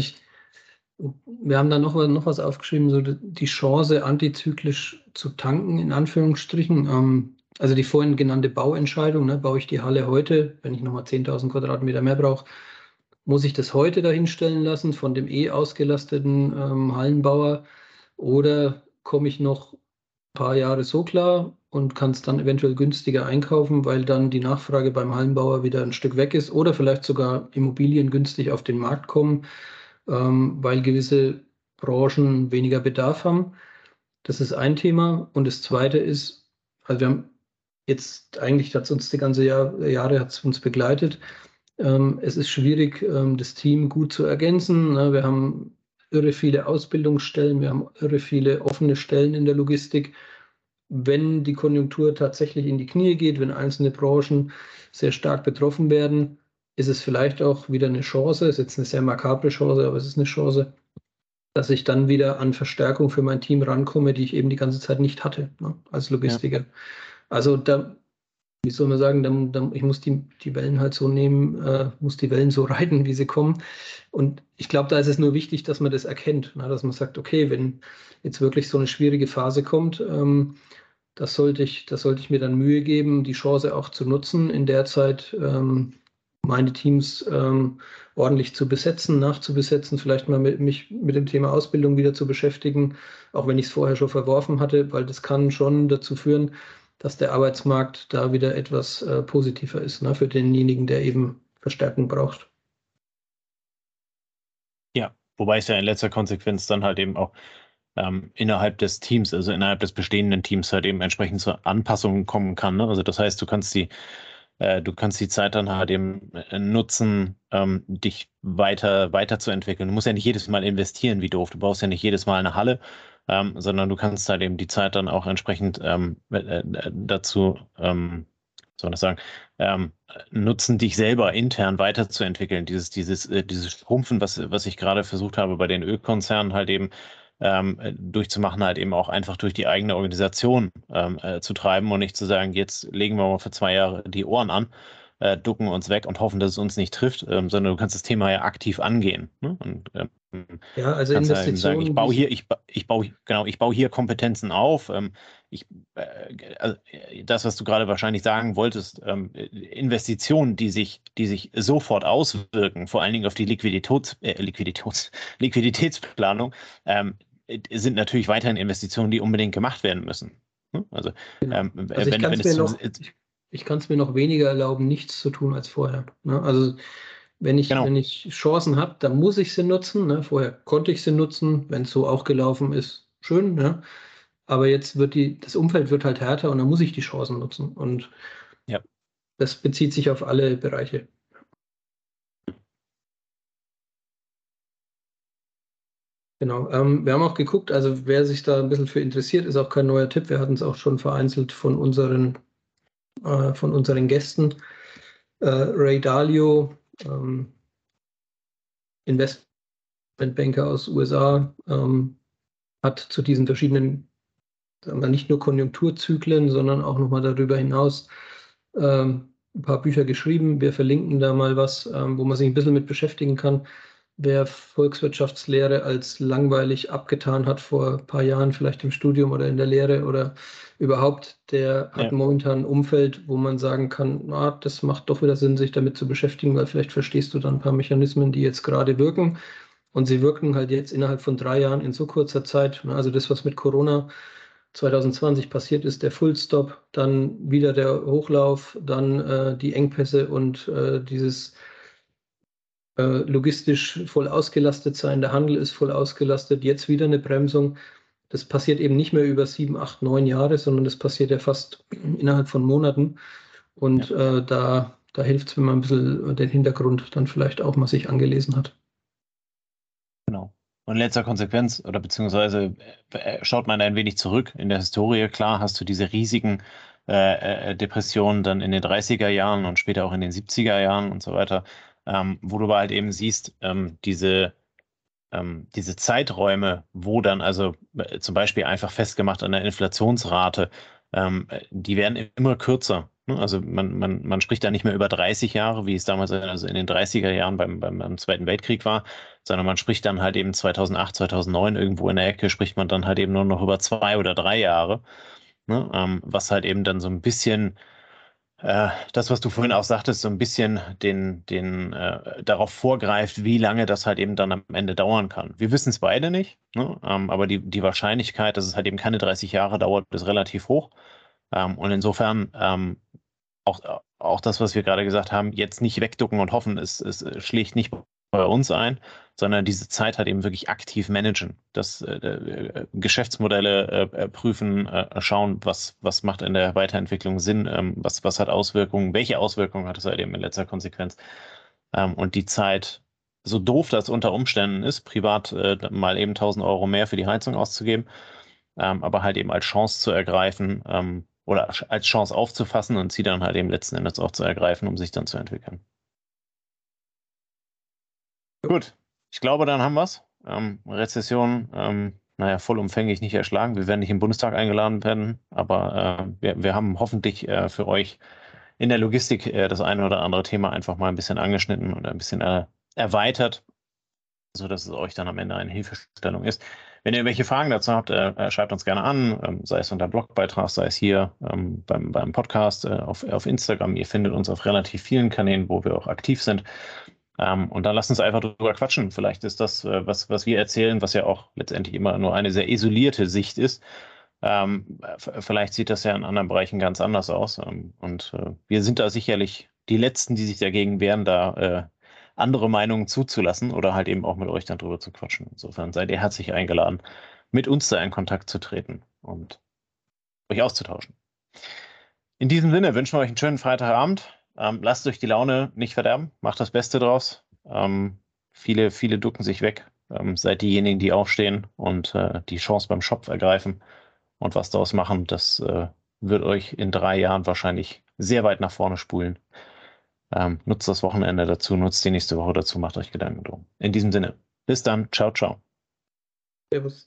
wir haben da noch was aufgeschrieben, so die Chance, antizyklisch zu tanken, in Anführungsstrichen. Also die vorhin genannte Bauentscheidung, ne, baue ich die Halle heute, wenn ich nochmal 10.000 Quadratmeter mehr brauche, muss ich das heute dahinstellen lassen von dem ausgelasteten Hallenbauer oder komme ich noch ein paar Jahre so klar und kann es dann eventuell günstiger einkaufen, weil dann die Nachfrage beim Hallenbauer wieder ein Stück weg ist oder vielleicht sogar Immobilien günstig auf den Markt kommen, weil gewisse Branchen weniger Bedarf haben. Das ist ein Thema. Und das zweite ist, also wir haben jetzt eigentlich, hat es uns die ganze Jahre hat es uns begleitet. Es ist schwierig, das Team gut zu ergänzen. Ne? Wir haben irre viele Ausbildungsstellen, wir haben irre viele offene Stellen in der Logistik. Wenn die Konjunktur tatsächlich in die Knie geht, wenn einzelne Branchen sehr stark betroffen werden, ist es vielleicht auch wieder eine Chance, ist jetzt eine sehr makabre Chance, aber es ist eine Chance, dass ich dann wieder an Verstärkung für mein Team rankomme, die ich eben die ganze Zeit nicht hatte, ne, als Logistiker. Ja. Also da, wie soll man sagen, ich muss die Wellen halt so nehmen, muss die Wellen so reiten, wie sie kommen. Und ich glaube, da ist es nur wichtig, dass man das erkennt, ne, dass man sagt, okay, wenn jetzt wirklich so eine schwierige Phase kommt, das sollte ich mir dann Mühe geben, die Chance auch zu nutzen, in der Zeit meine Teams ordentlich zu besetzen, nachzubesetzen, vielleicht mal mich mit dem Thema Ausbildung wieder zu beschäftigen, auch wenn ich es vorher schon verworfen hatte, weil das kann schon dazu führen, dass der Arbeitsmarkt da wieder etwas positiver ist, ne, für denjenigen, der eben Verstärkung braucht. Ja, wobei es ja in letzter Konsequenz dann halt eben auch innerhalb des Teams, also innerhalb des bestehenden Teams halt eben entsprechend zu Anpassungen kommen kann. Ne? Also das heißt, du kannst die Zeit dann halt eben nutzen, dich weiterzuentwickeln. Du musst ja nicht jedes Mal investieren, wie doof. Du brauchst ja nicht jedes Mal eine Halle, sondern du kannst halt eben die Zeit dann auch entsprechend dazu, soll man sagen, nutzen, dich selber intern weiterzuentwickeln. Dieses Schrumpfen, was ich gerade versucht habe, bei den Ölkonzernen halt eben durchzumachen, halt eben auch einfach durch die eigene Organisation zu treiben und nicht zu sagen, jetzt legen wir mal für 2 Jahre die Ohren an, ducken uns weg und hoffen, dass es uns nicht trifft, sondern du kannst das Thema ja aktiv angehen. Ne? Und ja, also kannst ja eben sagen, Investitionen. ich baue hier Kompetenzen auf. Also das, was du gerade wahrscheinlich sagen wolltest, Investitionen, die sich sofort auswirken, vor allen Dingen auf die Liquiditätsplanung, sind natürlich weiterhin Investitionen, die unbedingt gemacht werden müssen. Also, Genau. Also ich kann es mir noch weniger erlauben, nichts zu tun als vorher. Ne? Also wenn ich Chancen habe, dann muss ich sie nutzen. Ne? Vorher konnte ich sie nutzen, wenn es so auch gelaufen ist, schön. Ne? Aber jetzt das Umfeld wird halt härter und dann muss ich die Chancen nutzen. Und ja. Das bezieht sich auf alle Bereiche. Genau. Wir haben auch geguckt, also wer sich da ein bisschen für interessiert, ist auch kein neuer Tipp. Wir hatten es auch schon vereinzelt von unseren Gästen. Ray Dalio, Investmentbanker aus USA, hat zu diesen verschiedenen, sagen wir, nicht nur Konjunkturzyklen, sondern auch nochmal darüber hinaus ein paar Bücher geschrieben. Wir verlinken da mal was, wo man sich ein bisschen mit beschäftigen kann. Wer Volkswirtschaftslehre als langweilig abgetan hat vor ein paar Jahren, vielleicht im Studium oder in der Lehre oder überhaupt, der hat momentan ein Umfeld, wo man sagen kann, na, das macht doch wieder Sinn, sich damit zu beschäftigen, weil vielleicht verstehst du dann ein paar Mechanismen, die jetzt gerade wirken. Und sie wirken halt jetzt innerhalb von 3 Jahren in so kurzer Zeit. Also das, was mit Corona 2020 passiert ist, der Fullstop, dann wieder der Hochlauf, dann die Engpässe und dieses logistisch voll ausgelastet sein, der Handel ist voll ausgelastet, jetzt wieder eine Bremsung. Das passiert eben nicht mehr über 7, 8, 9 Jahre, sondern das passiert ja fast innerhalb von Monaten. Und da Da hilft es, wenn man ein bisschen den Hintergrund dann vielleicht auch mal sich angelesen hat. Genau. Und in letzter Konsequenz, oder beziehungsweise schaut man ein wenig zurück in der Historie, klar hast du diese riesigen Depressionen dann in den 30er Jahren und später auch in den 70er Jahren und so weiter, wo du aber halt eben siehst, diese Zeiträume, wo dann also zum Beispiel einfach festgemacht an der Inflationsrate, die werden immer kürzer. Ne? Also man spricht da nicht mehr über 30 Jahre, wie es damals also in den 30er Jahren beim Zweiten Weltkrieg war, sondern man spricht dann halt eben 2008, 2009 irgendwo in der Ecke, spricht man dann halt eben nur noch über 2 oder 3 Jahre. Ne? Was halt eben dann so ein bisschen das, was du vorhin auch sagtest, so ein bisschen darauf vorgreift, wie lange das halt eben dann am Ende dauern kann. Wir wissen es beide nicht, ne? Aber die Wahrscheinlichkeit, dass es halt eben keine 30 Jahre dauert, ist relativ hoch. Und insofern auch das, was wir gerade gesagt haben, jetzt nicht wegducken und hoffen, es schlägt nicht bei uns ein, sondern diese Zeit halt eben wirklich aktiv managen. Geschäftsmodelle prüfen, schauen, was macht in der Weiterentwicklung Sinn, was hat Auswirkungen, welche Auswirkungen hat es halt eben in letzter Konsequenz. Und die Zeit, so doof das unter Umständen ist, privat mal eben 1.000 € mehr für die Heizung auszugeben, aber halt eben als Chance zu ergreifen, oder als Chance aufzufassen und sie dann halt eben letzten Endes auch zu ergreifen, um sich dann zu entwickeln. Gut, ich glaube, dann haben wir es. Rezession, vollumfänglich nicht erschlagen. Wir werden nicht im Bundestag eingeladen werden, aber wir haben hoffentlich für euch in der Logistik das eine oder andere Thema einfach mal ein bisschen angeschnitten und ein bisschen erweitert, sodass es euch dann am Ende eine Hilfestellung ist. Wenn ihr irgendwelche Fragen dazu habt, schreibt uns gerne an, sei es unter Blogbeitrag, sei es hier beim Podcast auf Instagram. Ihr findet uns auf relativ vielen Kanälen, wo wir auch aktiv sind. Und dann lasst uns einfach drüber quatschen. Vielleicht ist das, was wir erzählen, was ja auch letztendlich immer nur eine sehr isolierte Sicht ist. Vielleicht sieht das ja in anderen Bereichen ganz anders aus. Und wir sind da sicherlich die Letzten, die sich dagegen wehren, da andere Meinungen zuzulassen oder halt eben auch mit euch dann drüber zu quatschen. Insofern seid ihr herzlich eingeladen, mit uns da in Kontakt zu treten und euch auszutauschen. In diesem Sinne wünschen wir euch einen schönen Freitagabend. Lasst euch die Laune nicht verderben, macht das Beste draus. Viele ducken sich weg. Seid diejenigen, die aufstehen und die Chance beim Schopf ergreifen und was daraus machen. Das wird euch in 3 Jahren wahrscheinlich sehr weit nach vorne spulen. Nutzt das Wochenende dazu, nutzt die nächste Woche dazu, macht euch Gedanken drum. In diesem Sinne, bis dann, ciao, ciao. Servus.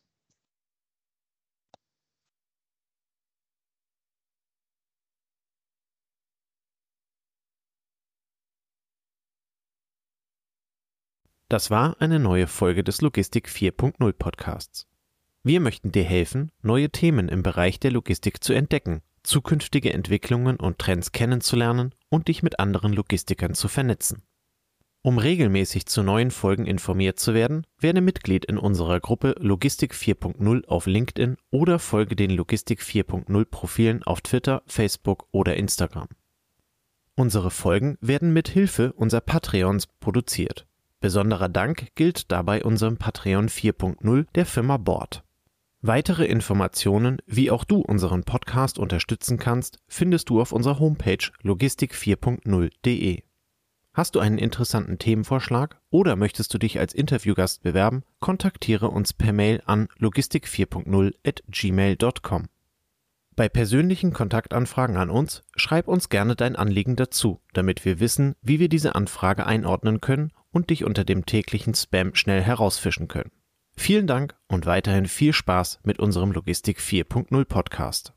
Das war eine neue Folge des Logistik 4.0 Podcasts. Wir möchten dir helfen, neue Themen im Bereich der Logistik zu entdecken, zukünftige Entwicklungen und Trends kennenzulernen und dich mit anderen Logistikern zu vernetzen. Um regelmäßig zu neuen Folgen informiert zu werden, werde Mitglied in unserer Gruppe Logistik 4.0 auf LinkedIn oder folge den Logistik 4.0 Profilen auf Twitter, Facebook oder Instagram. Unsere Folgen werden mit Hilfe unserer Patreons produziert. Besonderer Dank gilt dabei unserem Patreon 4.0 der Firma Board. Weitere Informationen, wie auch du unseren Podcast unterstützen kannst, findest du auf unserer Homepage logistik4.0.de. Hast du einen interessanten Themenvorschlag oder möchtest du dich als Interviewgast bewerben, kontaktiere uns per Mail an logistik4.0@gmail.com. Bei persönlichen Kontaktanfragen an uns, schreib uns gerne dein Anliegen dazu, damit wir wissen, wie wir diese Anfrage einordnen können und dich unter dem täglichen Spam schnell herausfischen können. Vielen Dank und weiterhin viel Spaß mit unserem Logistik 4.0 Podcast.